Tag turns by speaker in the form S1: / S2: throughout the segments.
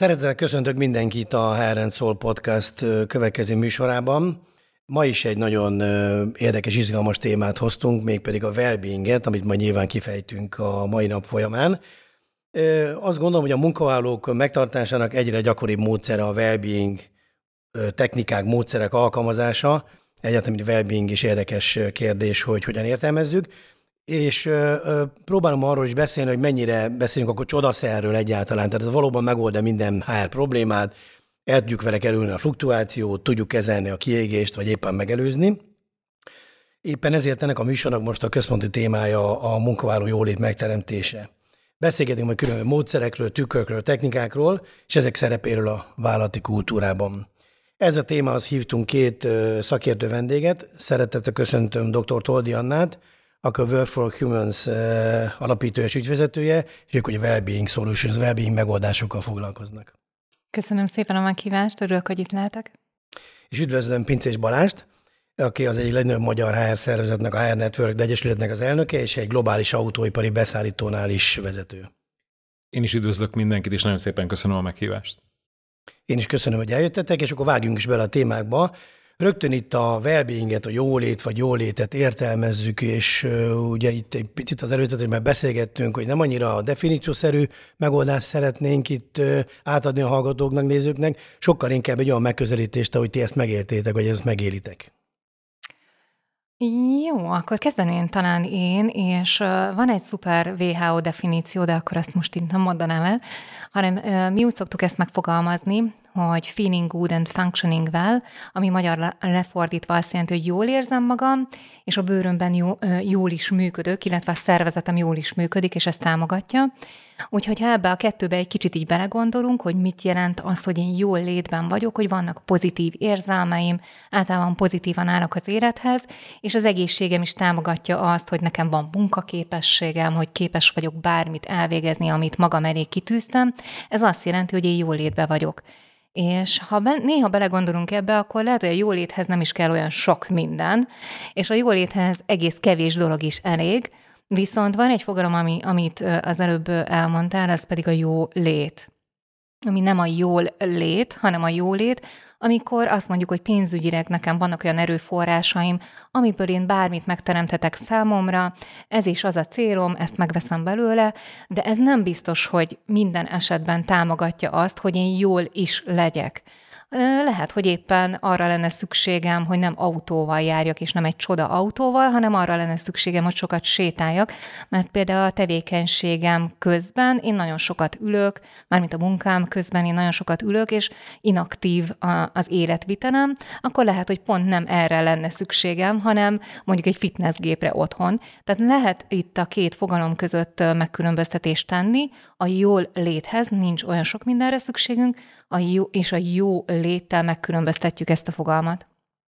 S1: Szeretettel köszöntök mindenkit a HR & Soul Podcast következő műsorában. Ma is egy nagyon érdekes, izgalmas témát hoztunk, mégpedig a well-beinget, amit majd nyilván kifejtünk a mai nap folyamán. Azt gondolom, hogy a munkavállalók megtartásának egyre gyakoribb módszere a well-being technikák, módszerek alkalmazása. Egyáltalán a well-being is érdekes kérdés, hogy hogyan értelmezzük. És próbálom arról is beszélni, hogy mennyire beszélünk akkor csodaszerről egyáltalán. Tehát ez valóban megold-e minden HR problémát, el tudjuk vele kerülni a fluktuációt, tudjuk kezelni a kiégést, vagy éppen megelőzni. Éppen ezért ennek a műsornak most a központi témája a munkavállaló jólét megteremtése. Beszélgetünk majd különböző módszerekről, tükrökről, technikákról, és ezek szerepéről a vállalati kultúrában. Ez a témához hívtunk két szakértő vendéget. Szeretettel köszöntöm dr. Toldi Annát, aki a Work for Humans alapítója és ügyvezetője, és ők, hogy a Well-being Solutions, well-being megoldásokkal foglalkoznak.
S2: Köszönöm szépen a meghívást, örülök, hogy itt lehetek.
S1: És üdvözlöm Pinczés Balást, aki az egyik legnagyobb magyar HR szervezetnek, a HR Network Egyesületnek az elnöke, és egy globális autóipari beszállítónál is vezető.
S3: Én is üdvözlök mindenkit, és nagyon szépen köszönöm a meghívást.
S1: Én is köszönöm, hogy eljöttetek, és akkor vágjunk is bele a témákba. Rögtön itt a well-beinget, a jólét vagy jólétet értelmezzük, és ugye itt egy picit az előzetesben beszélgettünk, hogy nem annyira definíciószerű megoldást szeretnénk itt átadni a hallgatóknak, nézőknek, sokkal inkább egy olyan megközelítést, ahogy ti ezt megéltétek, vagy ezt megélitek.
S2: Jó, akkor kezdeném talán én, és van egy szuper WHO definíció, de akkor azt most itt nem mondanám el, hanem mi úgy szoktuk ezt megfogalmazni, hogy feeling good and functioning well, ami magyar lefordítva azt jelenti, hogy jól érzem magam, és a bőrömben jól is működök, illetve a szervezetem jól is működik, és ezt támogatja. Úgyhogy ha ebbe a kettőbe egy kicsit így belegondolunk, hogy mit jelent az, hogy én jól létben vagyok, hogy vannak pozitív érzelmeim, általában pozitívan állok az élethez, és az egészségem is támogatja azt, hogy nekem van munkaképességem, hogy képes vagyok bármit elvégezni, amit magam elé kitűztem. Ez azt jelenti, hogy én jól létben vagyok. És ha néha belegondolunk ebbe, akkor lehet, hogy a jóléthez nem is kell olyan sok minden, és a jóléthez egész kevés dolog is elég, viszont van egy fogalom, amit az előbb elmondtál, az pedig a jó lét. Ami nem a jól lét, hanem a jólét, amikor azt mondjuk, hogy pénzügyileg nekem vannak olyan erőforrásaim, amiből én bármit megteremthetek számomra, ez is az a célom, ezt megveszem belőle, de ez nem biztos, hogy minden esetben támogatja azt, hogy én jól is legyek. Lehet, hogy éppen arra lenne szükségem, hogy nem autóval járjak, és nem egy csoda autóval, hanem arra lenne szükségem, hogy sokat sétáljak, mert például a tevékenységem közben én nagyon sokat ülök, mármint a munkám közben én nagyon sokat ülök, és inaktív az életvitelem, akkor lehet, hogy pont nem erre lenne szükségem, hanem mondjuk egy fitnessgépre otthon. Tehát lehet itt a két fogalom között megkülönböztetést tenni, a jól léthez nincs olyan sok mindenre szükségünk, és a jó léttel megkülönböztetjük ezt a fogalmat.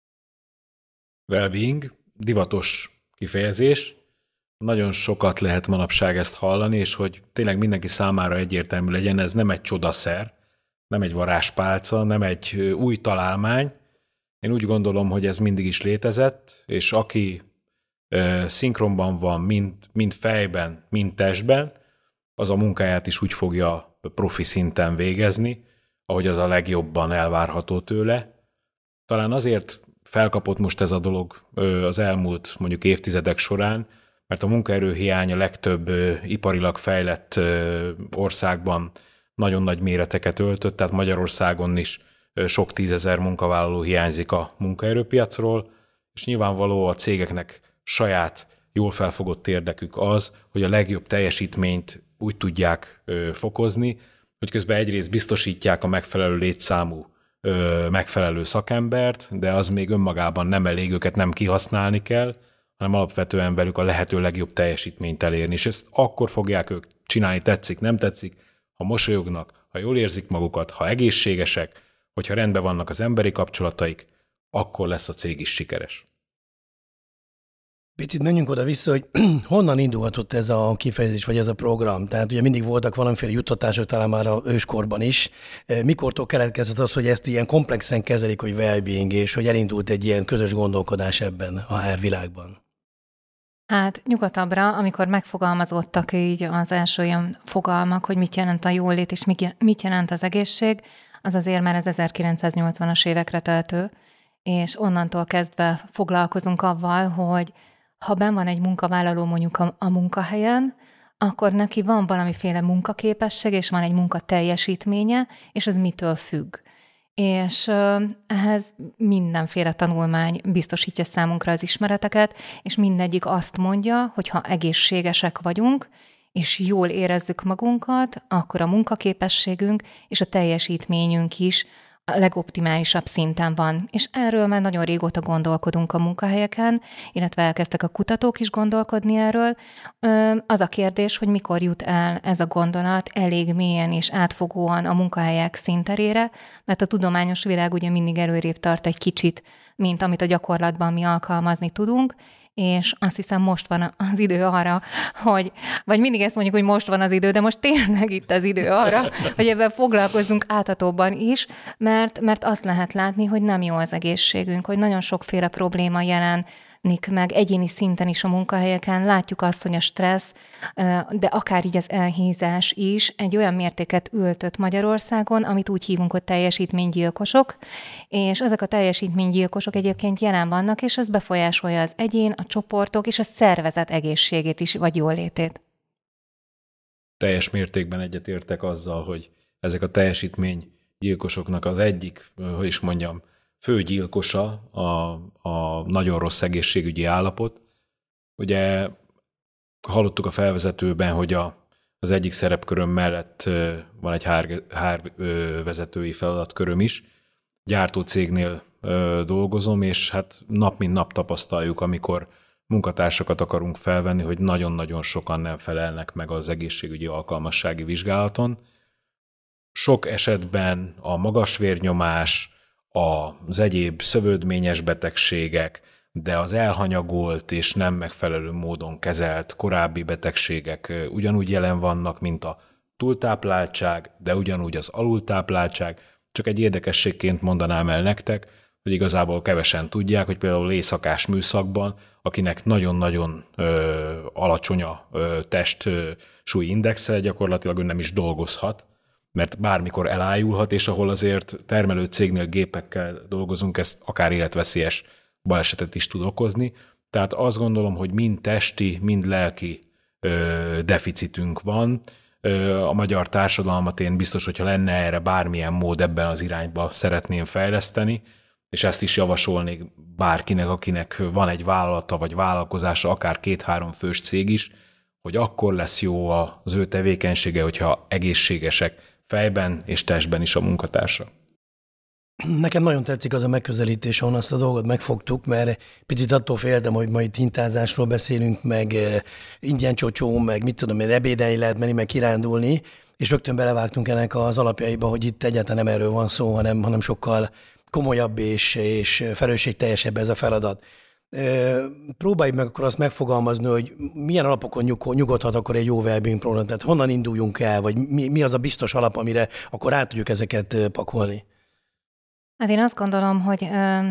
S3: Well-being, divatos kifejezés. Nagyon sokat lehet manapság ezt hallani, és hogy tényleg mindenki számára egyértelmű legyen, ez nem egy csodaszer, nem egy varázspálca, nem egy új találmány. Én úgy gondolom, hogy ez mindig is létezett, és aki szinkronban van, mind fejben, mind testben, az a munkáját is úgy fogja profi szinten végezni, ahogy az a legjobban elvárható tőle. Talán azért felkapott most ez a dolog az elmúlt mondjuk évtizedek során, mert a munkaerőhiány a legtöbb iparilag fejlett országban nagyon nagy méreteket öltött, tehát Magyarországon is sok tízezer munkavállaló hiányzik a munkaerőpiacról, és nyilvánvaló a cégeknek saját jól felfogott érdekük az, hogy a legjobb teljesítményt úgy tudják fokozni, hogy közben egyrészt biztosítják a megfelelő létszámú megfelelő szakembert, de az még önmagában nem elég, őket nem kihasználni kell, hanem alapvetően velük a lehető legjobb teljesítményt elérni. És ezt akkor fogják ők csinálni, tetszik, nem tetszik, ha mosolyognak, ha jól érzik magukat, ha egészségesek, hogyha rendben vannak az emberi kapcsolataik, akkor lesz a cég is sikeres.
S1: Picit menjünk oda-vissza, hogy honnan indulhatott ez a kifejezés, vagy ez a program? Tehát ugye mindig voltak valamiféle juttatások, talán már a őskorban is. Mikortól keletkezett az, hogy ezt ilyen komplexen kezelik, hogy well-being, és hogy elindult egy ilyen közös gondolkodás ebben a HR világban?
S2: Hát nyugatabbra, amikor megfogalmazódtak így az első ilyen fogalmak, hogy mit jelent a jólét és mit jelent az egészség, az azért már az 1980-as évekre tehető, és onnantól kezdve foglalkozunk avval, hogy ha benn van egy munkavállaló mondjuk a munkahelyen, akkor neki van valamiféle munkaképesség, és van egy munkateljesítménye, és ez mitől függ. És ehhez mindenféle tanulmány biztosítja számunkra az ismereteket, és mindegyik azt mondja, hogy ha egészségesek vagyunk, és jól érezzük magunkat, akkor a munkaképességünk és a teljesítményünk is a legoptimálisabb szinten van. És erről már nagyon régóta gondolkodunk a munkahelyeken, illetve elkezdtek a kutatók is gondolkodni erről. Az a kérdés, hogy mikor jut el ez a gondolat elég mélyen és átfogóan a munkahelyek színterére, mert a tudományos világ ugye mindig előrébb tart egy kicsit, mint amit a gyakorlatban mi alkalmazni tudunk, és azt hiszem most van az idő arra, vagy mindig ezt mondjuk, hogy most van az idő, de most tényleg itt az idő arra, hogy ebben foglalkozzunk áthatóban is, mert azt lehet látni, hogy nem jó az egészségünk, hogy nagyon sokféle probléma jelenik meg egyéni szinten is a munkahelyeken. Látjuk azt, hogy a stressz, de akár így az elhízás is egy olyan mértéket öltött Magyarországon, amit úgy hívunk, hogy teljesítménygyilkosok, és ezek a teljesítménygyilkosok egyébként jelen vannak, és ez befolyásolja az egyén, a csoportok és a szervezet egészségét is, vagy jólétét.
S3: Teljes mértékben egyetértek azzal, hogy ezek a teljesítménygyilkosoknak az egyik, hogy is mondjam, fő gyilkosa a nagyon rossz egészségügyi állapot. Ugye hallottuk a felvezetőben, hogy az egyik szerepköröm mellett van egy hárvezetői feladatköröm is. Gyártócégnél dolgozom, és hát nap mint nap tapasztaljuk, amikor munkatársakat akarunk felvenni, hogy nagyon-nagyon sokan nem felelnek meg az egészségügyi alkalmassági vizsgálaton. Sok esetben a magas vérnyomás, az egyéb szövődményes betegségek, de az elhanyagolt és nem megfelelő módon kezelt korábbi betegségek ugyanúgy jelen vannak, mint a túltápláltság, de ugyanúgy az alultápláltság. Csak egy érdekességként mondanám el nektek, hogy igazából kevesen tudják, hogy például éjszakás műszakban, akinek nagyon-nagyon alacsony a testsúly indexe, gyakorlatilag ő nem is dolgozhat, mert bármikor elájulhat, és ahol azért termelő cégnél gépekkel dolgozunk, ez akár életveszélyes balesetet is tud okozni. Tehát azt gondolom, hogy mind testi, mind lelki deficitünk van. A magyar társadalmat én biztos, hogyha lenne erre bármilyen mód, ebben az irányba szeretném fejleszteni, és ezt is javasolnék bárkinek, akinek van egy vállalata vagy vállalkozása, akár 2-3 fős cég is, hogy akkor lesz jó az ő tevékenysége, hogyha egészségesek fejben és testben is a munkatársa.
S1: Nekem nagyon tetszik az a megközelítés, ahol azt a dolgot megfogtuk, mert picit attól féltem, hogy majd tintázásról beszélünk, meg ingyen csocsó, meg mit tudom én, ebédelni lehet menni, meg kirándulni, és rögtön belevágtunk ennek az alapjaiba, hogy itt egyáltalán nem erről van szó, hanem sokkal komolyabb és felelősségteljesebb ez a feladat. Próbáljuk meg akkor azt megfogalmazni, hogy milyen alapokon nyugodhat akkor egy jó well-being program, tehát honnan induljunk el, vagy mi az a biztos alap, amire akkor át tudjuk ezeket pakolni.
S2: Hát én azt gondolom, hogy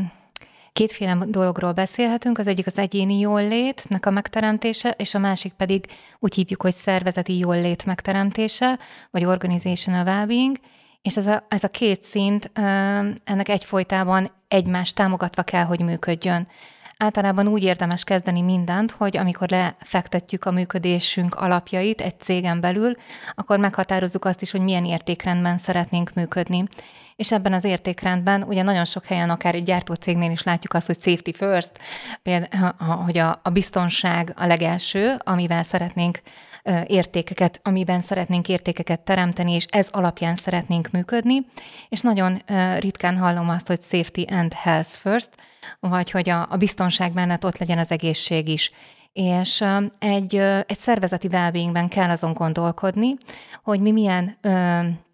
S2: kétféle dologról beszélhetünk, az egyik az egyéni jólétnek a megteremtése, és a másik pedig úgy hívjuk, hogy szervezeti jólét megteremtése, vagy organizational well-being, és ez a két szint ennek egyfolytában egymást támogatva kell, hogy működjön. Általában úgy érdemes kezdeni mindent, hogy amikor lefektetjük a működésünk alapjait egy cégen belül, akkor meghatározzuk azt is, hogy milyen értékrendben szeretnénk működni. És ebben az értékrendben ugye nagyon sok helyen, akár egy gyártócégnél is látjuk azt, hogy safety first, például, hogy a biztonság a legelső, amiben szeretnénk értékeket teremteni, és ez alapján szeretnénk működni, és nagyon ritkán hallom azt, hogy safety and health first, vagy hogy a biztonság mellett ott legyen az egészség is. És egy szervezeti well-beingben kell azon gondolkodni, hogy mi milyen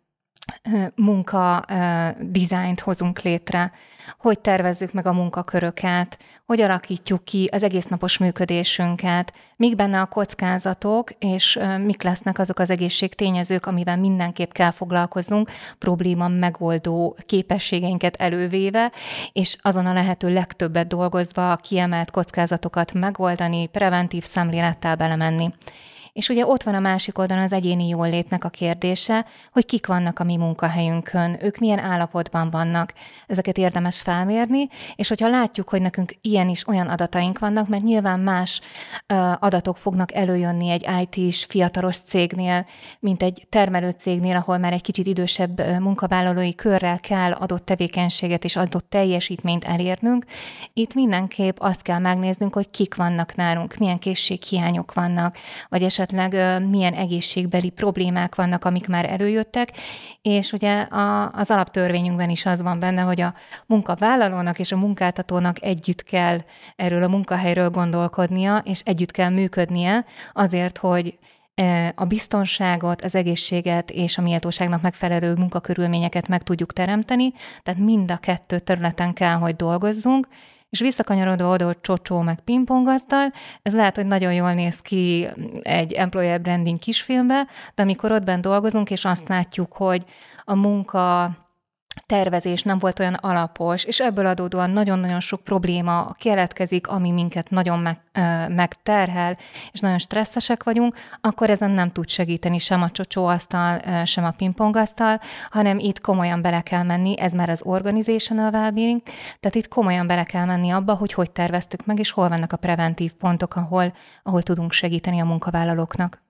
S2: munka dizájnt hozunk létre, hogy tervezzük meg a munkaköröket, hogy alakítjuk ki az egésznapos működésünket, mik benne a kockázatok, és mik lesznek azok az egészségtényezők, amivel mindenképp kell foglalkoznunk, probléma megoldó képességeinket elővéve, és azon a lehető legtöbbet dolgozva a kiemelt kockázatokat megoldani, preventív szemlélettel belemenni. És ugye ott van a másik oldalon az egyéni jólétnek a kérdése, hogy kik vannak a mi munkahelyünkön, ők milyen állapotban vannak, ezeket érdemes felmérni, és hogyha látjuk, hogy nekünk ilyen is olyan adataink vannak, mert nyilván más adatok fognak előjönni egy IT-s fiatalos cégnél, mint egy termelő cégnél, ahol már egy kicsit idősebb munkavállalói körrel kell adott tevékenységet és adott teljesítményt elérnünk. Itt mindenképp azt kell megnéznünk, hogy kik vannak nálunk, milyen készséghiányok vannak, vagy esetleg milyen egészségbeli problémák vannak, amik már előjöttek, és ugye az alaptörvényünkben is az van benne, hogy a munkavállalónak és a munkáltatónak együtt kell erről a munkahelyről gondolkodnia, és együtt kell működnie azért, hogy a biztonságot, az egészséget és a méltóságnak megfelelő munkakörülményeket meg tudjuk teremteni, tehát mind a kettő területen kell, hogy dolgozzunk, és visszakanyarodva oda, hogy csocsó meg pingpongasztal, ez lehet, hogy nagyon jól néz ki egy employer branding kisfilmbe, de amikor ott benn dolgozunk, és azt látjuk, hogy a munka tervezés nem volt olyan alapos, és ebből adódóan nagyon-nagyon sok probléma keletkezik, ami minket nagyon megterhel, és nagyon stresszesek vagyunk, akkor ezen nem tud segíteni sem a csocsóasztal, sem a pingpongasztal, hanem itt komolyan bele kell menni, ez már az organizational well-being, tehát itt komolyan bele kell menni abba, hogy terveztük meg, és hol vannak a preventív pontok, ahol tudunk segíteni a munkavállalóknak.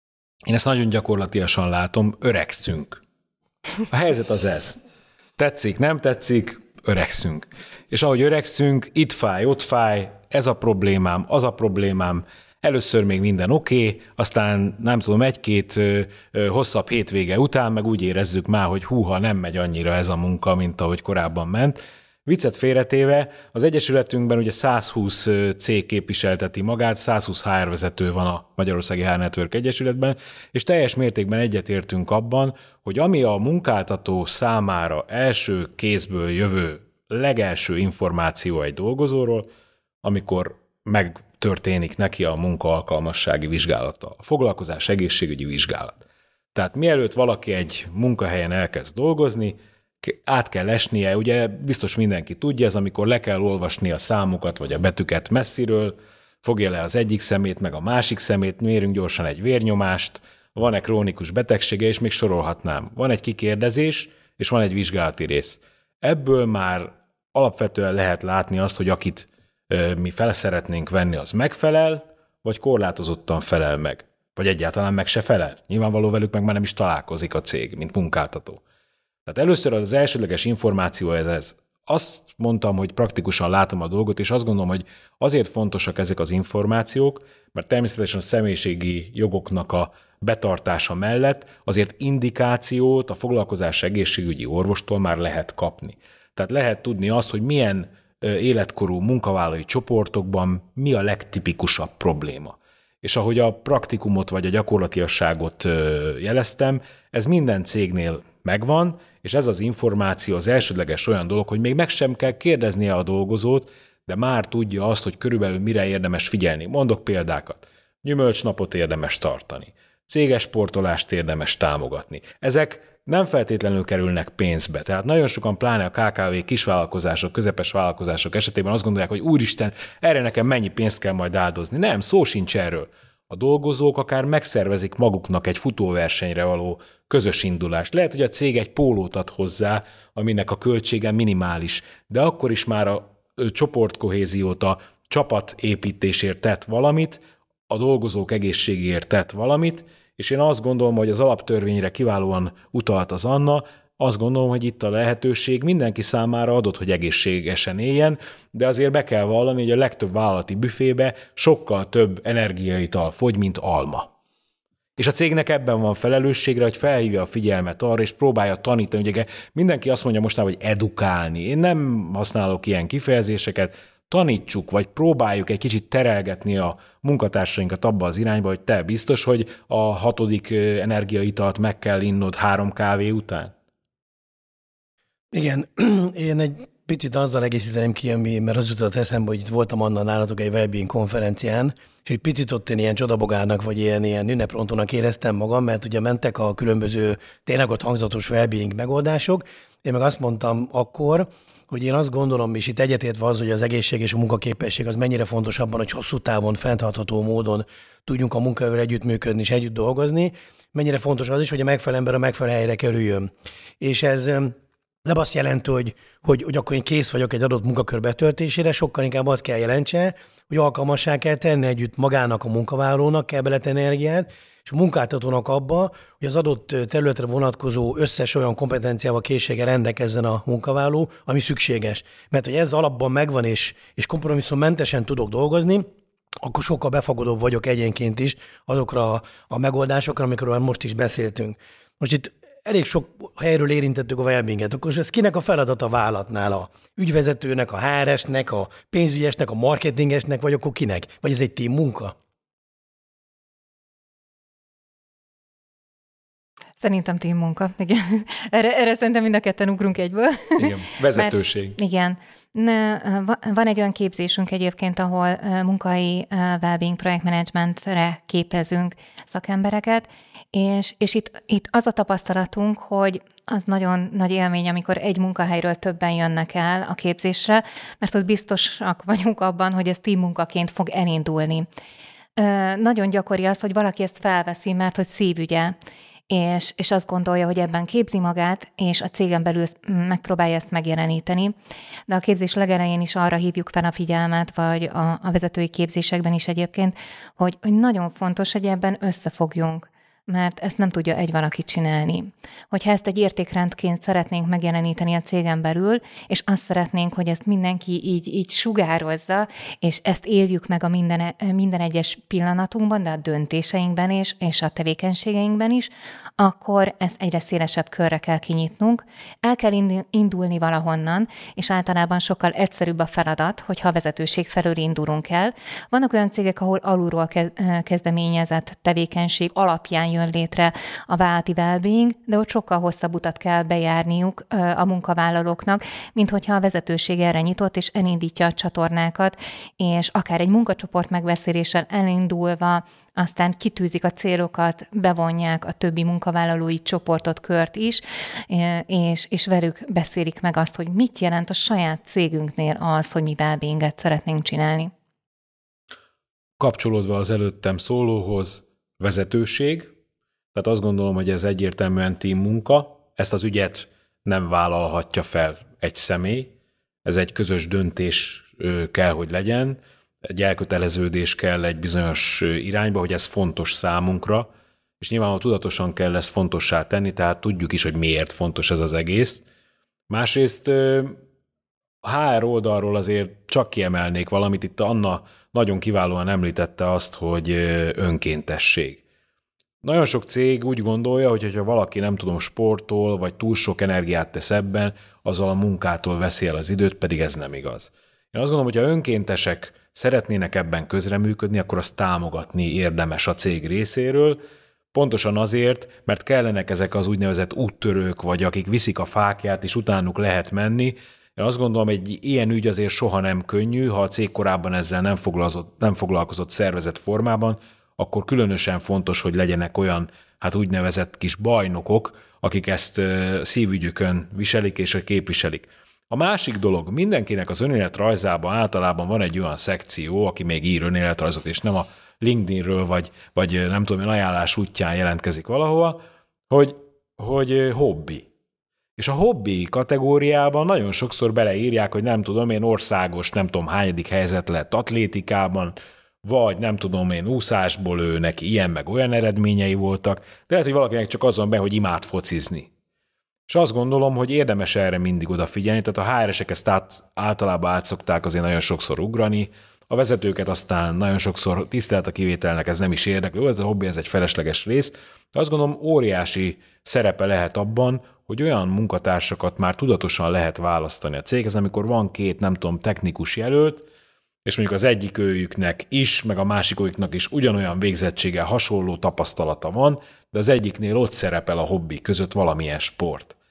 S3: Én ezt nagyon gyakorlatiasan látom, öregszünk. A helyzet az ez. Tetszik, nem tetszik, öregszünk. És ahogy öregszünk, itt fáj, ott fáj, ez a problémám, az a problémám, először még minden oké, aztán nem tudom, egy-két hosszabb hétvége után meg úgy érezzük már, hogy húha, nem megy annyira ez a munka, mint ahogy korábban ment. Viccet félretéve, az Egyesületünkben ugye 120 cég képviselteti magát, 120 HR vezető van a Magyarországi HR Network Egyesületben, és teljes mértékben egyetértünk abban, hogy ami a munkáltató számára első kézből jövő legelső információ egy dolgozóról, amikor megtörténik neki a munkaalkalmassági vizsgálata, a foglalkozás egészségügyi vizsgálat. Tehát mielőtt valaki egy munkahelyen elkezd dolgozni, át kell esnie, ugye biztos mindenki tudja, ez amikor le kell olvasni a számokat vagy a betűket messziről, fogja le az egyik szemét, meg a másik szemét, mérünk gyorsan egy vérnyomást, van-e krónikus betegsége, és még sorolhatnám. Van egy kikérdezés, és van egy vizsgálati rész. Ebből már alapvetően lehet látni azt, hogy akit mi fel szeretnénk venni, az megfelel, vagy korlátozottan felel meg. Vagy egyáltalán meg se felel. Nyilvánvaló velük meg már nem is találkozik a cég, mint munkáltató. Tehát először az elsődleges információ ez. Azt mondtam, hogy praktikusan látom a dolgot, és azt gondolom, hogy azért fontosak ezek az információk, mert természetesen a személyiségi jogoknak a betartása mellett azért indikációt a foglalkozás egészségügyi orvostól már lehet kapni. Tehát lehet tudni azt, hogy milyen életkorú munkavállalói csoportokban mi a legtipikusabb probléma. És ahogy a praktikumot vagy a gyakorlatiasságot jeleztem, ez minden cégnél megvan, és ez az információ az elsődleges olyan dolog, hogy még meg sem kell kérdeznie a dolgozót, de már tudja azt, hogy körülbelül mire érdemes figyelni. Mondok példákat. Gyümölcsnapot érdemes tartani. Céges sportolást érdemes támogatni. Ezek nem feltétlenül kerülnek pénzbe. Tehát nagyon sokan, pláne a KKV kisvállalkozások, közepes vállalkozások esetében azt gondolják, hogy úristen, erre nekem mennyi pénzt kell majd áldozni. Nem, szó sincs erről. A dolgozók akár megszervezik maguknak egy futóversenyre való közös indulást. Lehet, hogy a cég egy pólót ad hozzá, aminek a költsége minimális, de akkor is már a csoportkohéziót, a csapatépítésért tett valamit, a dolgozók egészségéért tett valamit, és én azt gondolom, hogy az alaptörvényre kiválóan utalt az Anna, azt gondolom, hogy itt a lehetőség mindenki számára adott, hogy egészségesen éljen, de azért be kell vallani, hogy a legtöbb vállalati büfébe sokkal több energiaital fogy, mint alma. És a cégnek ebben van felelősségre, hogy felhívja a figyelmet arra, és próbálja tanítani. Ugye mindenki azt mondja mostanában, hogy edukálni. Én nem használok ilyen kifejezéseket, tanítsuk, vagy próbáljuk egy kicsit terelgetni a munkatársainkat abba az irányba, hogy te biztos, hogy a 6. energiaitalt meg kell innod 3 kávé után?
S1: Igen, én egy picit azzal egészíteném ki, mert az jutott eszembe, hogy itt voltam annan nálatok egy wellbeing konferencián, és egy picit ott én ilyen csodabogárnak, vagy ilyen ünneprontónak éreztem magam, mert ugye mentek a különböző tényleg ott hangzatos wellbeing megoldások. Én meg azt mondtam akkor, hogy én azt gondolom, és itt egyetértve az, hogy az egészség és a munkaképesség az mennyire fontos abban, hogy hosszú távon, fenntartható módon tudjunk a munkahelyvel együttműködni és együtt dolgozni, mennyire fontos az is, hogy a megfelelő ember a megfelelő helyre kerüljön. És ez nem azt jelenti, hogy akkor én kész vagyok egy adott munkakör betöltésére, sokkal inkább azt kell jelentse, hogy alkalmassá kell tenni együtt magának a munkavállalónak, kell beletenni energiát, és a munkáltatónak abba, hogy az adott területre vonatkozó összes olyan kompetenciával, készséggel rendelkezzen a munkavállaló, ami szükséges. Mert hogy ez alapban megvan, és kompromisszummentesen tudok dolgozni, akkor sokkal befogadóbb vagyok egyénként is azokra a megoldásokra, amikről most is beszéltünk. Most itt elég sok helyről érintettük a wellbeinget, akkor ez kinek a feladata vállalatnál? A ügyvezetőnek, a HR-esnek, a pénzügyesnek, a marketingesnek, vagy akkor kinek? Vagy ez egy team munka?
S2: Szerintem team munka, igen. Erre szerintem mind a ketten ugrunk egyből.
S3: Igen, vezetőség.
S2: Mert, igen. Van egy olyan képzésünk egyébként, ahol munkai wellbeing projektmenedzsmentre képezünk szakembereket, és itt az a tapasztalatunk, hogy az nagyon nagy élmény, amikor egy munkahelyről többen jönnek el a képzésre, mert ott biztosak vagyunk abban, hogy ez team munkaként fog elindulni. Nagyon gyakori az, hogy valaki ezt felveszi, mert hogy szívügye, és azt gondolja, hogy ebben képzi magát, és a cégen belül megpróbálja ezt megjeleníteni. De a képzés legelején is arra hívjuk fel a figyelmet, vagy a vezetői képzésekben is egyébként, hogy nagyon fontos, hogy ebben összefogjunk, mert ezt nem tudja egy valaki csinálni. Hogyha ezt egy értékrendként szeretnénk megjeleníteni a cégen belül, és azt szeretnénk, hogy ezt mindenki így sugározza, és ezt éljük meg a minden egyes pillanatunkban, de a döntéseinkben is, és a tevékenységeinkben is, akkor ezt egyre szélesebb körre kell kinyitnunk. El kell indulni valahonnan, és általában sokkal egyszerűbb a feladat, hogyha a vezetőség felől indulunk el. Vannak olyan cégek, ahol alulról kezdeményezett tevékenység alapján jön létre a vállalati wellbeing, de ott sokkal hosszabb utat kell bejárniuk a munkavállalóknak, mint hogyha a vezetőség erre nyitott, és elindítja a csatornákat, és akár egy munkacsoport megbeszéléssel elindulva, aztán kitűzik a célokat, bevonják a többi munkavállalói csoportot, kört is, és velük beszélik meg azt, hogy mit jelent a saját cégünknél az, hogy mi wellbeinget szeretnénk csinálni.
S3: Kapcsolódva az előttem szólóhoz, vezetőség, tehát azt gondolom, hogy ez egyértelműen team munka, ezt az ügyet nem vállalhatja fel egy személy, ez egy közös döntés kell, hogy legyen, egy elköteleződés kell egy bizonyos irányba, hogy ez fontos számunkra, és nyilvánvalóan tudatosan kell ezt fontossá tenni, tehát tudjuk is, hogy miért fontos ez az egész. Másrészt a HR oldalról azért csak kiemelnék valamit, itt Anna nagyon kiválóan említette azt, hogy önkéntesség. Nagyon sok cég úgy gondolja, hogy ha valaki nem tudom sportol, vagy túl sok energiát tesz ebben, azzal a munkától veszi el az időt, pedig ez nem igaz. Én azt gondolom, hogy ha önkéntesek szeretnének ebben közreműködni, akkor azt támogatni érdemes a cég részéről, pontosan azért, mert kellenek ezek az úgynevezett úttörők, vagy akik viszik a fákját, és utánuk lehet menni. Én azt gondolom, egy ilyen ügy azért soha nem könnyű, ha a cég korábban ezzel nem foglalkozott szervezett formában, akkor különösen fontos, hogy legyenek olyan, úgynevezett kis bajnokok, akik ezt szívügyükön viselik és képviselik. A másik dolog, mindenkinek az önéletrajzában általában van egy olyan szekció, aki még ír önéletrajzot, és nem a LinkedInről, vagy nem tudom, ajánlás útján jelentkezik valahova, hogy hobbi. És a hobbi kategóriában nagyon sokszor beleírják, hogy nem tudom én országos, nem tudom hányadik helyzet lett atlétikában, vagy nem tudom én úszásból őnek ilyen meg olyan eredményei voltak, de lehet, hogy valakinek csak azon be, hogy imád focizni. És azt gondolom, hogy érdemes erre mindig odafigyelni, tehát a HR-esek ezt általában át szokták azért nagyon sokszor ugrani, a vezetőket aztán nagyon sokszor tisztelt a kivételnek, ez nem is érdekli, ez a hobbi, ez egy felesleges rész. De azt gondolom, óriási szerepe lehet abban, hogy olyan munkatársakat már tudatosan lehet választani a céghez, amikor van két, nem tudom, technikus jelölt, és mondjuk az egyik őjüknek is, meg a másik őjüknek is ugyanolyan végzettsége, hasonló tapasztalata van, de az egyiknél ott szerepel a hobbi között valamilyen sport.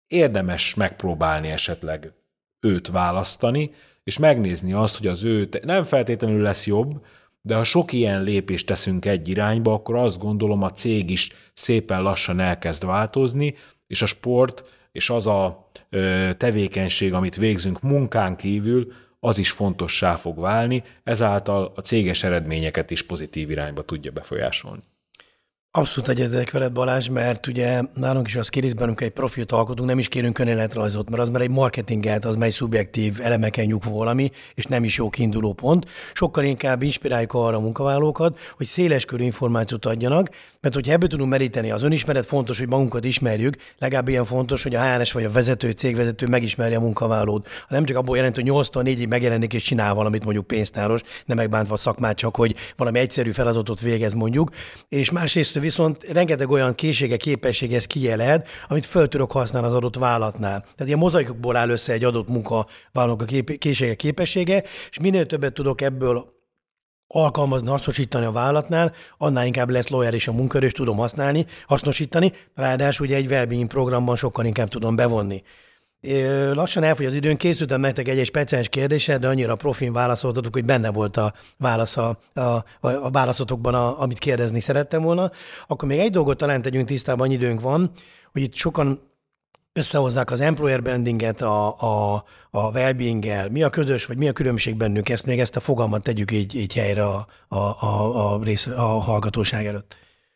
S3: érdemes megpróbálni esetleg őt választani, és megnézni azt, hogy az ő nem feltétlenül lesz jobb, de ha sok ilyen lépést teszünk egy irányba, akkor azt gondolom, a cég is szépen lassan elkezd változni, és a sport és az a tevékenység, amit végzünk munkán kívül, az is fontossá fog válni, ezáltal a céges eredményeket is pozitív irányba tudja befolyásolni.
S1: Abszolút egyetértek veled, Balázs, mert ugye nálunk is az Skillizben, amikor egy profilt alkotunk, nem is kérünk önéletrajzot, mert az már egy marketingelt, az már egy szubjektív elemeken nyugvó valami, és nem is jó kiinduló pont. Sokkal inkább inspiráljuk arra a munkavállalókat, hogy széleskörű információt adjanak, mert hogyha ebből tudunk meríteni, az önismeret fontos, hogy magunkat ismerjük, legalább ilyen fontos, hogy a HRS vagy a vezető, cégvezető megismerje a munkavállalót. Ha nem csak abból jelent, hogy 8-tól 4-ig megjelenik és csinál valamit, mondjuk pénztáros, nem megbántva a szakmát, csak hogy valami egyszerű feladatot végez mondjuk. És másrészt viszont rengeteg olyan készsége, képességhez kijelent, amit föl tudok használni az adott vállalatnál. Tehát ilyen mozaikokból áll össze egy adott munkavállalók a készsége, képessége, és minél többet tudok ebből alkalmazni, hasznosítani a vállalatnál, annál inkább lesz lojális a munkaerő, és tudom hasznosítani, ráadásul ugye egy wellbeing programban sokkal inkább tudom bevonni. Lassan elfogy az időn, készültem nektek egy speciális kérdésre, de annyira profin válaszoltatok, hogy benne volt a válasz a válaszotokban, amit kérdezni szerettem volna. Akkor még egy dolgot talán tegyünk tisztában, annyi időnk van, hogy itt sokan összehozzák az employer brandinget a well-being-el. Mi a közös, vagy mi a különbség bennünk? Ezt a fogalmat tegyük így helyre a hallgatóság előtt.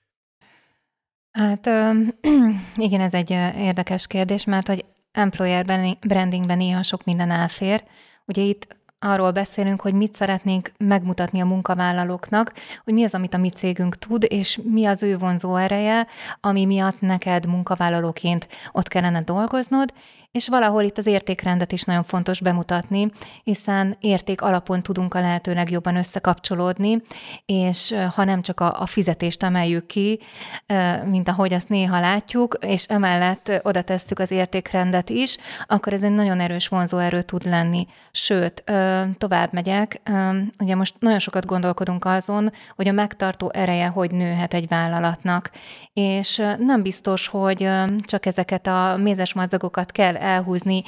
S2: Hát igen, ez egy érdekes kérdés, mert hogy employer brandingben néha sok minden elfér. Ugye itt arról beszélünk, hogy mit szeretnénk megmutatni a munkavállalóknak, hogy mi az, amit a mi cégünk tud, és mi az ő vonzó ereje, ami miatt neked munkavállalóként ott kellene dolgoznod, és valahol itt az értékrendet is nagyon fontos bemutatni, hiszen érték alapon tudunk a lehető legjobban összekapcsolódni, és ha nem csak a fizetést emeljük ki, mint ahogy azt néha látjuk, és emellett oda tesszük az értékrendet is, akkor ez egy nagyon erős vonzóerő tud lenni. Sőt, tovább megyek, ugye most nagyon sokat gondolkodunk azon, hogy a megtartó ereje hogy nőhet egy vállalatnak, és nem biztos, hogy csak ezeket a mézes madzagokat kell elhúzni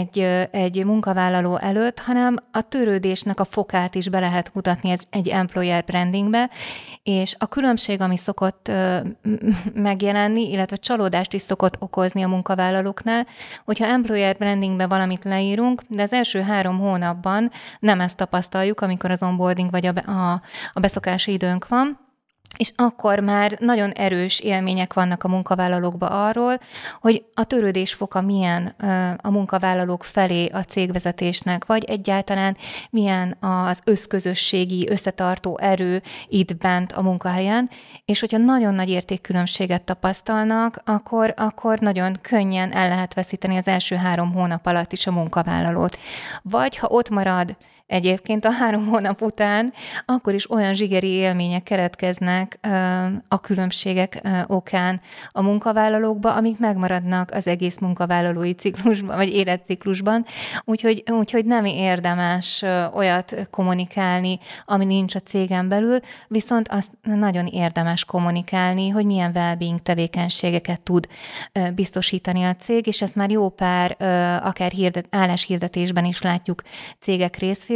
S2: egy munkavállaló előtt, hanem a törődésnek a fokát is be lehet mutatni egy employer brandingbe, és a különbség, ami szokott megjelenni, illetve csalódást is szokott okozni a munkavállalóknál, hogyha employer brandingbe valamit leírunk, de az első 3 hónapban nem ezt tapasztaljuk, amikor az onboarding vagy a beszokási időnk van, és akkor már nagyon erős élmények vannak a munkavállalókban arról, hogy a törődés foka milyen a munkavállalók felé a cégvezetésnek, vagy egyáltalán milyen az összközösségi, összetartó erő itt bent a munkahelyen, és hogyha nagyon nagy értékkülönbséget tapasztalnak, akkor nagyon könnyen el lehet veszíteni az első 3 hónap alatt is a munkavállalót. Vagy ha ott marad egyébként a 3 hónap után, akkor is olyan zsigeri élmények keretkeznek a különbségek okán a munkavállalókba, amik megmaradnak az egész munkavállalói ciklusban, vagy életciklusban. Úgyhogy nem érdemes olyat kommunikálni, ami nincs a cégen belül, viszont azt nagyon érdemes kommunikálni, hogy milyen well-being tevékenységeket tud biztosítani a cég, és ezt már jó pár akár álláshirdetésben is látjuk cégek részéről,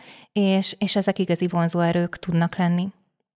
S2: és ezek igazi vonzóerők tudnak lenni.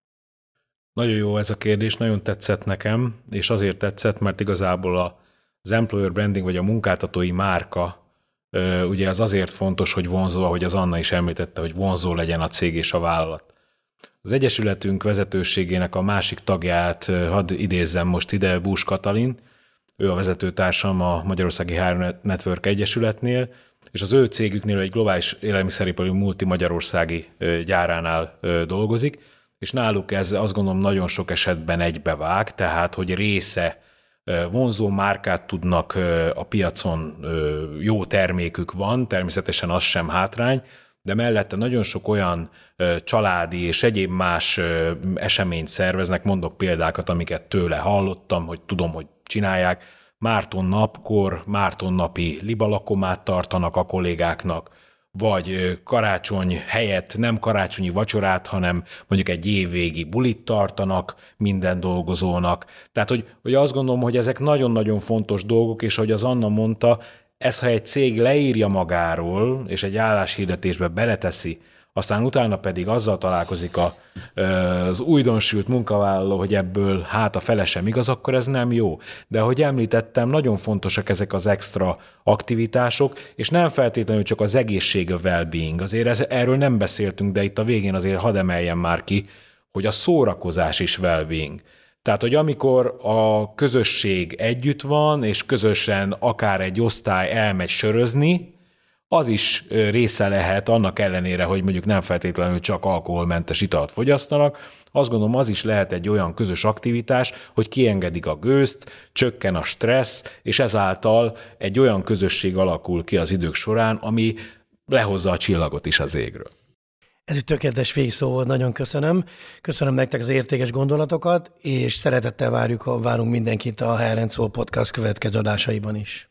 S3: Nagyon jó ez a kérdés, nagyon tetszett nekem, és azért tetszett, mert igazából az employer branding, vagy a munkáltatói márka, ugye az azért fontos, hogy vonzó, ahogy az Anna is említette, hogy vonzó legyen a cég és a vállalat. Az Egyesületünk vezetőségének a másik tagját hadd idézzem most ide, Bús Katalin, ő a vezetőtársam a Magyarországi HR Network Egyesületnél, és az ő cégüknél egy globális élelmiszeripari multi magyarországi gyáránál dolgozik, és náluk ez azt gondolom nagyon sok esetben egybevág, tehát hogy része vonzó márkát tudnak a piacon, jó termékük van, természetesen az sem hátrány, de mellette nagyon sok olyan családi és egyéb más eseményt szerveznek, mondok példákat, amiket tőle hallottam, hogy tudom, hogy csinálják. Márton napkor, Márton napi libalakomát tartanak a kollégáknak, vagy karácsony helyett nem karácsonyi vacsorát, hanem mondjuk egy évvégi bulit tartanak minden dolgozónak. Tehát, hogy azt gondolom, hogy ezek nagyon-nagyon fontos dolgok, és ahogy az Anna mondta, ez, ha egy cég leírja magáról, és egy álláshirdetésbe beleteszi, aztán utána pedig azzal találkozik az újdonsült munkavállaló, hogy ebből hát a fele sem igaz, akkor ez nem jó. De ahogy említettem, nagyon fontosak ezek az extra aktivitások, és nem feltétlenül csak az egészség, a well-being. Azért erről nem beszéltünk, de itt a végén azért hadd emeljem már ki, hogy a szórakozás is well-being. Tehát, hogy amikor a közösség együtt van, és közösen akár egy osztály elmegy sörözni, az is része lehet annak ellenére, hogy mondjuk nem feltétlenül csak alkoholmentes italt fogyasztanak. Azt gondolom, az is lehet egy olyan közös aktivitás, hogy kiengedik a gőzt, csökken a stressz, és ezáltal egy olyan közösség alakul ki az idők során, ami lehozza a csillagot is az égről.
S1: Ez egy tökéletes végszó volt, nagyon köszönöm. Köszönöm nektek az értékes gondolatokat, és szeretettel várunk mindenkit a HR & Soul podcast következő adásaiban is.